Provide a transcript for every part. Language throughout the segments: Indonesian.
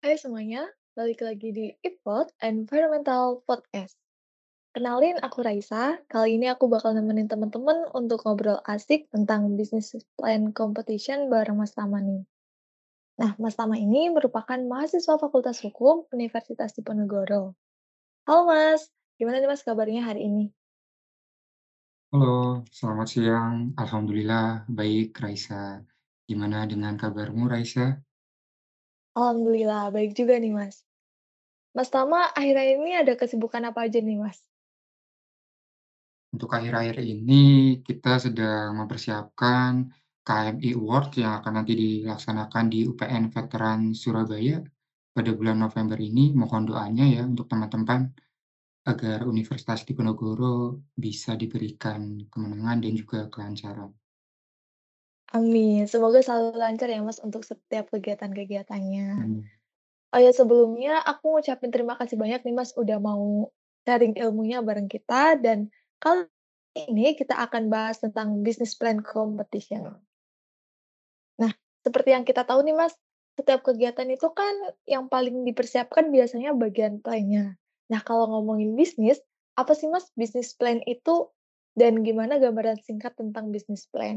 Hai semuanya, balik lagi di Ipod Environmental Podcast. Kenalin, aku Raisa. Kali ini aku bakal nemenin teman-teman untuk ngobrol asik tentang business plan competition bareng Mas Tama nih. Nah, Mas Tama ini merupakan mahasiswa Fakultas Hukum Universitas Diponegoro. Halo Mas, gimana nih Mas kabarnya hari ini? Halo, selamat siang. Alhamdulillah baik, Raisa. Gimana dengan kabarmu, Raisa? Alhamdulillah, baik juga nih Mas. Mas Tama akhir-akhir ini ada kesibukan apa aja nih Mas? Untuk akhir-akhir ini kita sedang mempersiapkan KMI Award yang akan nanti dilaksanakan di UPN Veteran Surabaya pada bulan November ini. Mohon doanya ya untuk teman-teman agar Universitas Diponegoro bisa diberikan kemenangan dan juga kelancaran. Amin, semoga selalu lancar ya Mas untuk setiap kegiatan-kegiatannya. Hmm. Oh ya, sebelumnya aku ngucapin terima kasih banyak nih Mas, udah mau sharing ilmunya bareng kita dan kali ini kita akan bahas tentang business plan competition. Nah, seperti yang kita tahu nih Mas, setiap kegiatan itu kan yang paling dipersiapkan biasanya bagian plan-nya. Nah, kalau ngomongin bisnis, apa sih Mas business plan itu dan gimana gambaran singkat tentang business plan?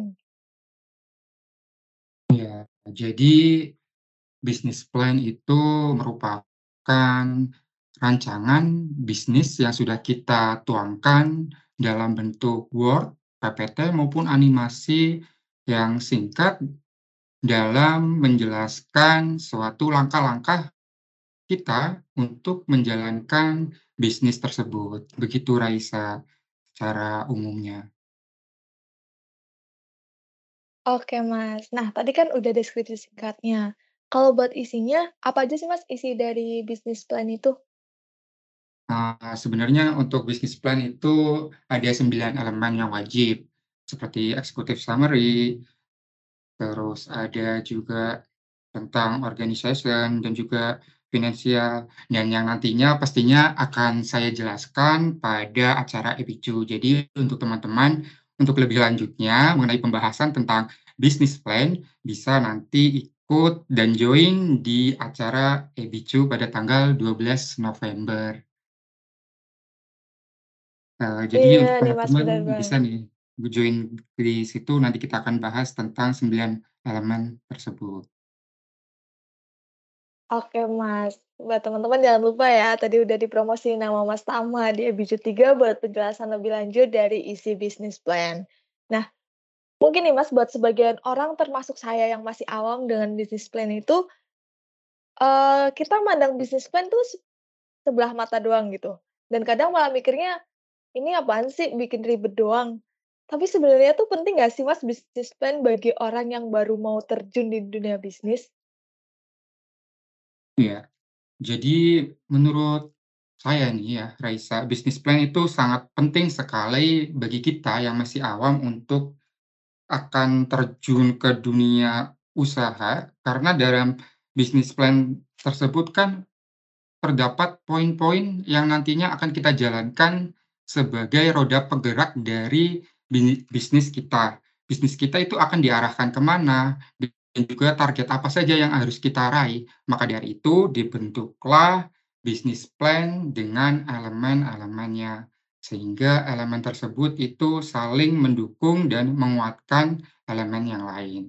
Ya, jadi bisnis plan itu merupakan rancangan bisnis yang sudah kita tuangkan dalam bentuk Word, PPT, maupun animasi yang singkat dalam menjelaskan suatu langkah-langkah kita untuk menjalankan bisnis tersebut. Begitu Raisa secara umumnya. Oke Mas, nah tadi kan udah deskripsi singkatnya. Kalau buat isinya, apa aja sih Mas isi dari business plan itu? Sebenarnya untuk bisnis plan itu ada 9 elemen yang wajib, seperti executive summary, terus ada juga tentang organization dan juga finansial, dan yang nantinya pastinya akan saya jelaskan pada acara EBICU. Jadi untuk teman-teman, untuk lebih lanjutnya mengenai pembahasan tentang business plan, bisa nanti ikut dan join di acara EBICU pada tanggal 12 November. Jadi Iya untuk nih Mas, teman-teman bener bisa banget. nih join di situ, nanti kita akan bahas tentang 9 elemen tersebut. Oke Mas, buat teman-teman jangan lupa ya, tadi udah dipromosiin nama Mas Tama di Episode 3 buat penjelasan lebih lanjut dari isi business plan. Nah, mungkin nih Mas, buat sebagian orang termasuk saya yang masih awam dengan business plan itu, kita mandang business plan tuh sebelah mata doang gitu. Dan kadang malah mikirnya, ini apaan sih bikin ribet doang. Tapi sebenarnya tuh penting nggak sih Mas business plan bagi orang yang baru mau terjun di dunia bisnis? Iya. Jadi menurut saya nih ya, Raisa, bisnis plan itu sangat penting sekali bagi kita yang masih awam untuk akan terjun ke dunia usaha, karena dalam bisnis plan tersebut kan terdapat poin-poin yang nantinya akan kita jalankan sebagai roda penggerak dari bisnis kita. Bisnis kita itu akan diarahkan kemana dan juga target apa saja yang harus kita raih. Maka dari itu dibentuklah bisnis plan dengan elemen-elemennya, sehingga elemen tersebut itu saling mendukung dan menguatkan elemen yang lain.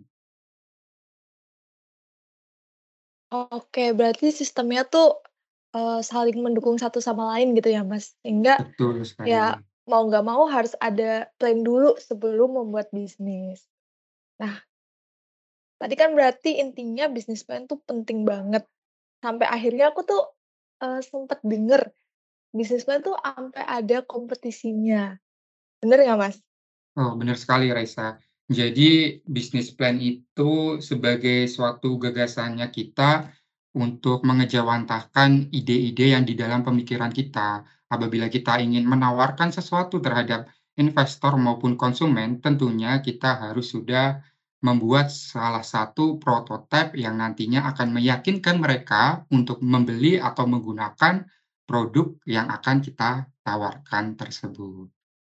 Oke, berarti sistemnya tuh, saling mendukung satu sama lain gitu ya, Mas? Sehingga, Betul ya sekali. mau nggak mau harus ada plan dulu sebelum membuat bisnis. Nah, tadi kan berarti intinya bisnis plan tuh penting banget, sampai akhirnya aku tuh, sempet denger bisnis plan tuh ampe ada kompetisinya, bener nggak, Mas? Oh, benar sekali, Raisa. Jadi, bisnis plan itu sebagai suatu gagasannya kita untuk mengejawantahkan ide-ide yang di dalam pemikiran kita. Apabila kita ingin menawarkan sesuatu terhadap investor maupun konsumen, tentunya kita harus sudah membuat salah satu prototipe yang nantinya akan meyakinkan mereka untuk membeli atau menggunakan produk yang akan kita tawarkan tersebut.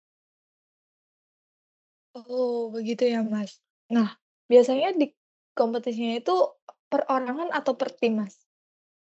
Oh, begitu ya, Mas. Nah, biasanya di kompetisinya itu perorangan atau per tim, Mas?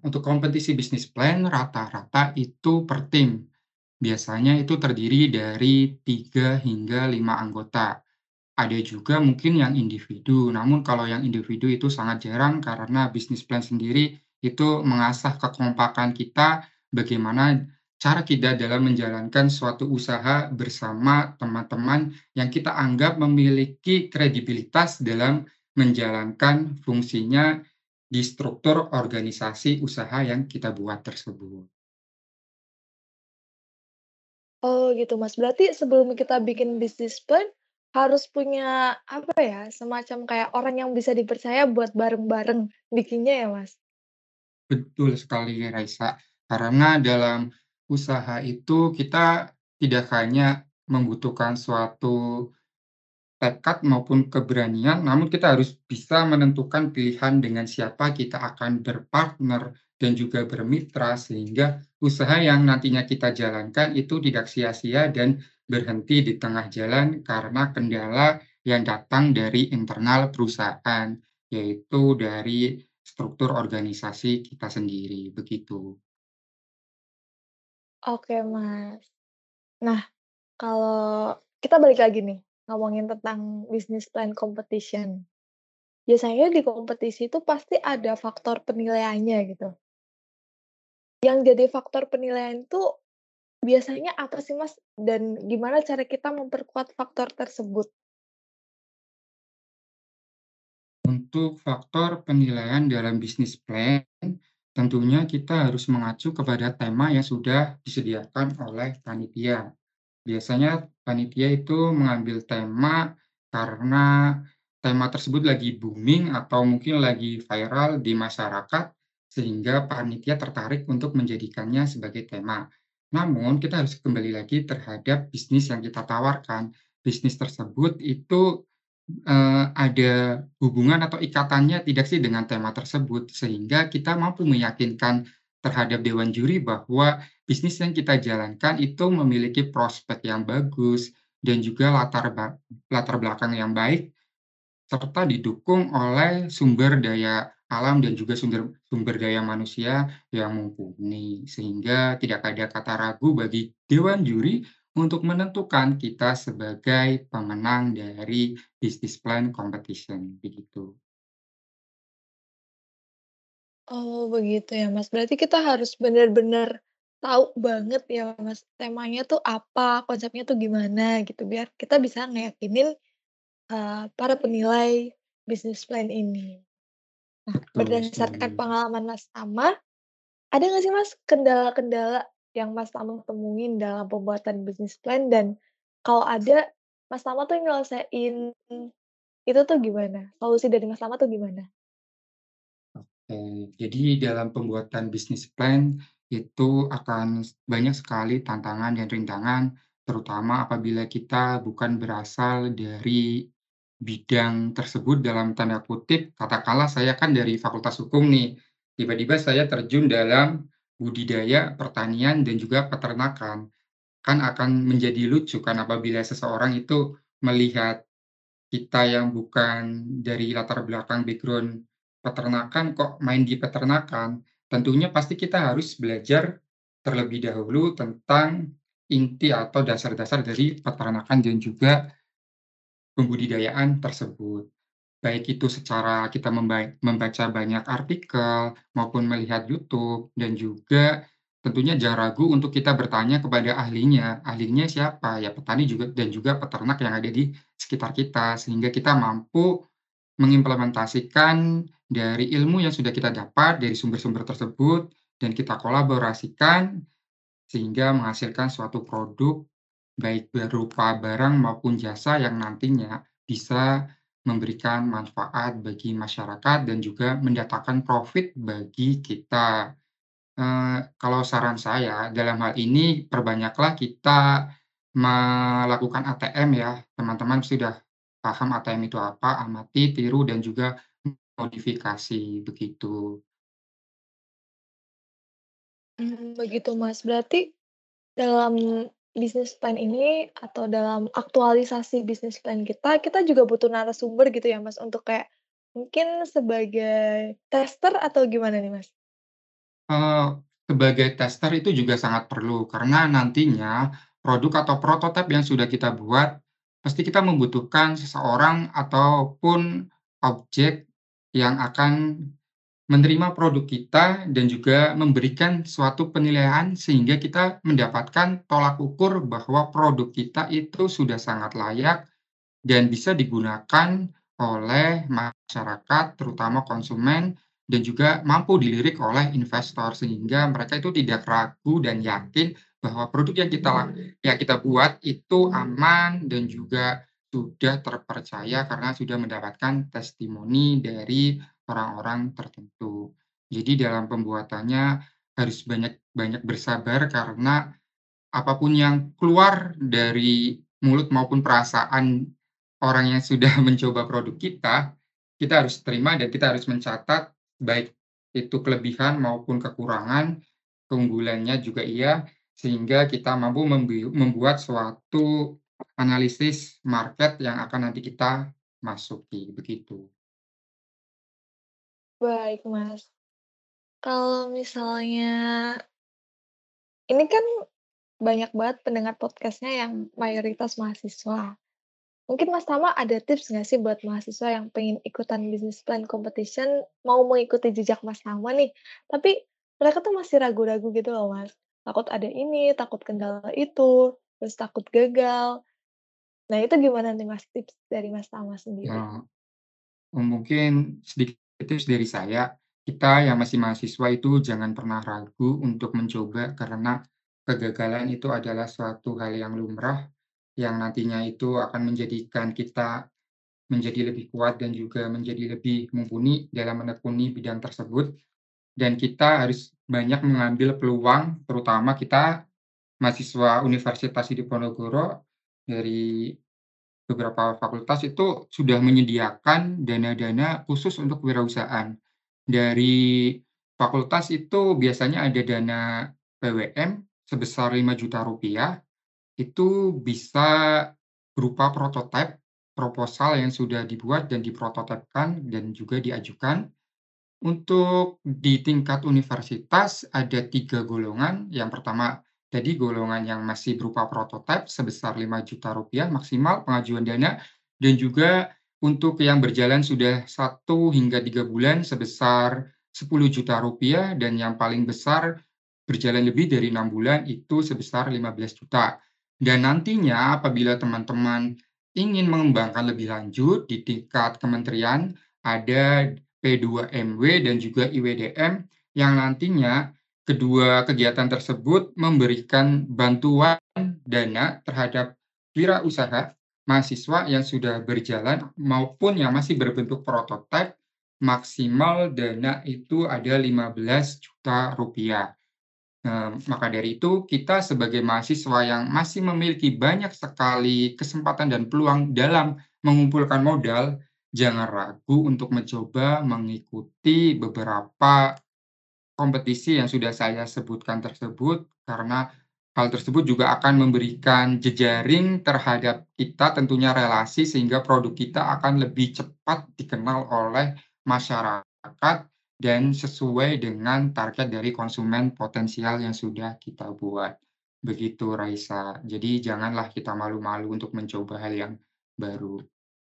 Untuk kompetisi bisnis plan rata-rata itu per tim. Biasanya itu terdiri dari 3 hingga 5 anggota. Ada juga mungkin yang individu, namun kalau yang individu itu sangat jarang karena bisnis plan sendiri itu mengasah kekompakan kita, bagaimana cara kita dalam menjalankan suatu usaha bersama teman-teman yang kita anggap memiliki kredibilitas dalam menjalankan fungsinya di struktur organisasi usaha yang kita buat tersebut. Oh gitu, Mas. Berarti sebelum kita bikin bisnis plan, harus punya, apa ya, semacam kayak orang yang bisa dipercaya buat bareng-bareng bikinnya ya, Mas? Betul sekali, Raisa. Karena dalam usaha itu kita tidak hanya membutuhkan suatu tekad maupun keberanian, namun kita harus bisa menentukan pilihan dengan siapa kita akan berpartner dan juga bermitra, sehingga usaha yang nantinya kita jalankan itu tidak sia-sia dan berhenti di tengah jalan karena kendala yang datang dari internal perusahaan, yaitu dari struktur organisasi kita sendiri, begitu. Oke, Mas. Nah, kalau kita balik lagi nih, ngomongin tentang bisnis plan competition. Biasanya di kompetisi itu pasti ada faktor penilaiannya gitu. Yang jadi faktor penilaian itu biasanya apa sih, Mas? Dan gimana cara kita memperkuat faktor tersebut? Untuk faktor penilaian dalam bisnis plan, tentunya kita harus mengacu kepada tema yang sudah disediakan oleh panitia. Biasanya panitia itu mengambil tema karena tema tersebut lagi booming atau mungkin lagi viral di masyarakat, sehingga panitia tertarik untuk menjadikannya sebagai tema. Namun, kita harus kembali lagi terhadap bisnis yang kita tawarkan. Bisnis tersebut itu ada hubungan atau ikatannya tidak sih dengan tema tersebut, sehingga kita mampu meyakinkan terhadap dewan juri bahwa bisnis yang kita jalankan itu memiliki prospek yang bagus dan juga latar belakang yang baik, serta didukung oleh sumber daya alam dan juga sumber sumber daya manusia yang mumpuni, sehingga tidak ada kata ragu bagi dewan juri untuk menentukan kita sebagai pemenang dari bisnis plan competition, begitu. Oh, begitu ya, Mas. Berarti kita harus benar-benar tahu banget ya, Mas, temanya tuh apa, konsepnya tuh gimana gitu, biar kita bisa ngeyakinin, para penilai bisnis plan ini. Nah, Betul sekali. berdasarkan pengalaman Mas Tama, ada nggak sih, Mas, kendala-kendala yang Mas Tama temuin dalam pembuatan bisnis plan dan kalau ada, Mas Tama tuh nyelesain itu tuh gimana? Solusi dari Mas Tama tuh gimana? Jadi dalam pembuatan bisnis plan itu akan banyak sekali tantangan dan rintangan, terutama apabila kita bukan berasal dari bidang tersebut dalam tanda kutip, katakanlah saya kan dari fakultas hukum nih, tiba-tiba saya terjun dalam budidaya, pertanian, dan juga peternakan. Kan akan menjadi lucu kan apabila seseorang itu melihat kita yang bukan dari latar belakang background peternakan kok main di peternakan, tentunya pasti kita harus belajar terlebih dahulu tentang inti atau dasar-dasar dari peternakan dan juga pembudidayaan tersebut. Baik itu secara kita membaca banyak artikel maupun melihat YouTube dan juga tentunya jangan ragu untuk kita bertanya kepada ahlinya. Ahlinya siapa? Ya petani juga dan juga peternak yang ada di sekitar kita, sehingga kita mampu mengimplementasikan dari ilmu yang sudah kita dapat dari sumber-sumber tersebut dan kita kolaborasikan sehingga menghasilkan suatu produk, baik berupa barang maupun jasa yang nantinya bisa memberikan manfaat bagi masyarakat dan juga mendatangkan profit bagi kita. Kalau saran saya dalam hal ini perbanyaklah kita melakukan ATM ya, teman-teman sudah paham ATM itu apa, amati, tiru, dan juga modifikasi, begitu. Begitu, Mas. Berarti dalam bisnis plan ini atau dalam aktualisasi bisnis plan kita, kita juga butuh narasumber gitu ya, Mas, untuk kayak mungkin sebagai tester atau gimana nih, Mas? Eee, sebagai tester itu juga sangat perlu, karena nantinya produk atau prototipe yang sudah kita buat, pasti kita membutuhkan seseorang ataupun objek yang akan menerima produk kita dan juga memberikan suatu penilaian sehingga kita mendapatkan tolak ukur bahwa produk kita itu sudah sangat layak dan bisa digunakan oleh masyarakat, terutama konsumen, dan juga mampu dilirik oleh investor, sehingga mereka itu tidak ragu dan yakin bahwa produk yang kita buat itu aman dan juga sudah terpercaya karena sudah mendapatkan testimoni dari orang-orang tertentu. Jadi dalam pembuatannya harus banyak-banyak bersabar karena apapun yang keluar dari mulut maupun perasaan orang yang sudah mencoba produk kita, kita harus terima dan kita harus mencatat baik itu kelebihan maupun kekurangan, keunggulannya juga iya, sehingga kita mampu membuat suatu analisis market yang akan nanti kita masuki, begitu. Baik, Mas. Kalau misalnya ini kan banyak banget pendengar podcast-nya yang mayoritas mahasiswa. Mungkin Mas Tama ada tips nggak sih buat mahasiswa yang pengen ikutan business plan competition, mau mengikuti jejak Mas Tama nih, tapi mereka tuh masih ragu-ragu gitu loh, Mas. Takut ada ini, takut kendala itu, terus takut gagal. Nah, itu gimana nih Mas tips dari Mas Tama sendiri? Nah, mungkin sedikit tips dari saya, kita yang masih mahasiswa itu jangan pernah ragu untuk mencoba karena kegagalan itu adalah suatu hal yang lumrah, yang nantinya itu akan menjadikan kita menjadi lebih kuat dan juga menjadi lebih mumpuni dalam menekuni bidang tersebut. Dan kita harus banyak mengambil peluang, terutama kita mahasiswa Universitas di Diponegoro dari beberapa fakultas itu sudah menyediakan dana-dana khusus untuk kewirausahaan. Dari fakultas itu biasanya ada dana PWM sebesar Rp5.000.000, itu bisa berupa prototipe proposal yang sudah dibuat dan diprototipkan dan juga diajukan. Untuk di tingkat universitas ada 3 golongan. Yang pertama, tadi golongan yang masih berupa prototipe sebesar Rp5.000.000 maksimal pengajuan dana, dan juga untuk yang berjalan sudah 1 hingga 3 bulan sebesar Rp10.000.000, dan yang paling besar berjalan lebih dari 6 bulan itu sebesar 15 juta. Dan nantinya apabila teman-teman ingin mengembangkan lebih lanjut di tingkat kementerian, ada P2MW dan juga IWDM yang nantinya kedua kegiatan tersebut memberikan bantuan dana terhadap wirausaha mahasiswa yang sudah berjalan maupun yang masih berbentuk prototipe, maksimal dana itu ada Rp15 juta. Maka dari itu, kita sebagai mahasiswa yang masih memiliki banyak sekali kesempatan dan peluang dalam mengumpulkan modal, jangan ragu untuk mencoba mengikuti beberapa kompetisi yang sudah saya sebutkan tersebut, karena hal tersebut juga akan memberikan jejaring terhadap kita, tentunya relasi, sehingga produk kita akan lebih cepat dikenal oleh masyarakat dan sesuai dengan target dari konsumen potensial yang sudah kita buat. Begitu, Raisa. Jadi janganlah kita malu-malu untuk mencoba hal yang baru.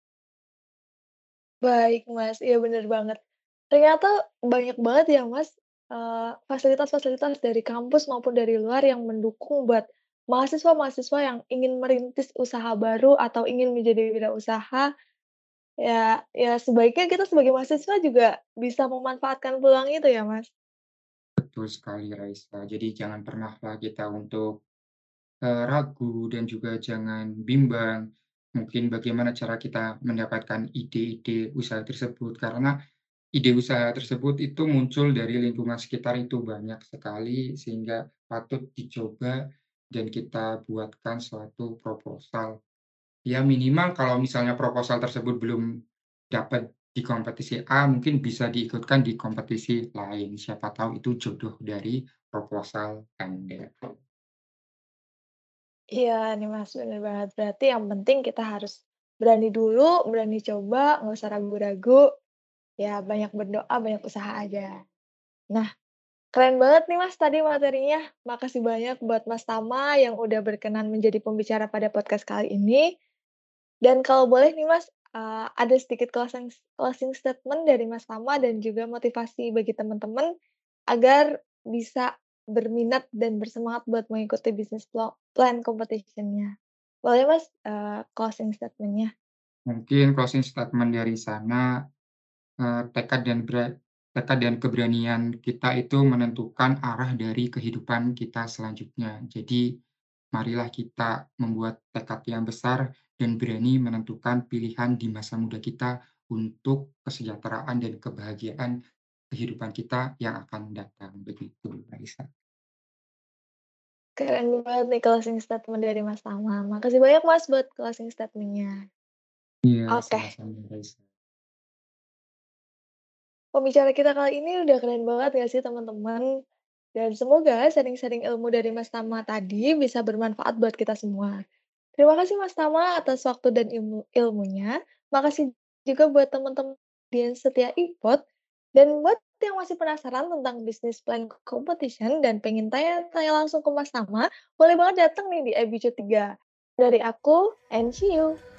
Baik, Mas, iya bener banget. Ternyata banyak banget ya, Mas, fasilitas-fasilitas dari kampus maupun dari luar yang mendukung buat mahasiswa-mahasiswa yang ingin merintis usaha baru atau ingin menjadi wirausaha. Ya sebaiknya kita sebagai mahasiswa juga bisa memanfaatkan peluang itu ya, Mas? Betul sekali, Raisa. Jadi jangan pernahlah kita untuk ragu dan juga jangan bimbang, mungkin bagaimana cara kita mendapatkan ide-ide usaha tersebut, karena ide usaha tersebut itu muncul dari lingkungan sekitar itu banyak sekali, sehingga patut dicoba dan kita buatkan suatu proposal. Ya minimal kalau misalnya proposal tersebut belum dapat di kompetisi A, mungkin bisa diikutkan di kompetisi lain, siapa tahu itu jodoh dari proposal Anda. Iya nih, Mas, bener banget. Berarti yang penting kita harus berani dulu, berani coba, nggak usah ragu-ragu, ya banyak berdoa, banyak usaha aja. Nah, Keren banget nih Mas tadi materinya. Makasih banyak buat Mas Tama yang udah berkenan menjadi pembicara pada podcast kali ini. Dan kalau boleh nih Mas, ada sedikit closing closing statement dari Mas Tama dan juga motivasi bagi teman-teman agar bisa berminat dan bersemangat buat mengikuti bisnis plan competition-nya. Boleh Mas, closing statement-nya? Mungkin closing statement dari sana, tekad dan keberanian kita itu menentukan arah dari kehidupan kita selanjutnya. Jadi, marilah kita membuat tekad yang besar dan berani menentukan pilihan di masa muda kita untuk kesejahteraan dan kebahagiaan kehidupan kita yang akan datang, begitu, Raisa. Keren banget nih closing statement dari Mas Tama. Makasih banyak Mas buat closing statement-nya. Iya, Oke, sama-sama, Raisa. pembicara kita kali ini udah keren banget gak sih teman-teman? Dan semoga sharing-sharing ilmu dari Mas Tama tadi bisa bermanfaat buat kita semua. Terima kasih Mas Tama atas waktu dan ilmunya. Makasih juga buat teman-teman yang setia iPod. Dan buat yang masih penasaran tentang bisnis plan competition dan pengen tanya-tanya langsung ke Mas Tama, boleh banget datang nih di Episode 3. Dari aku, and see you.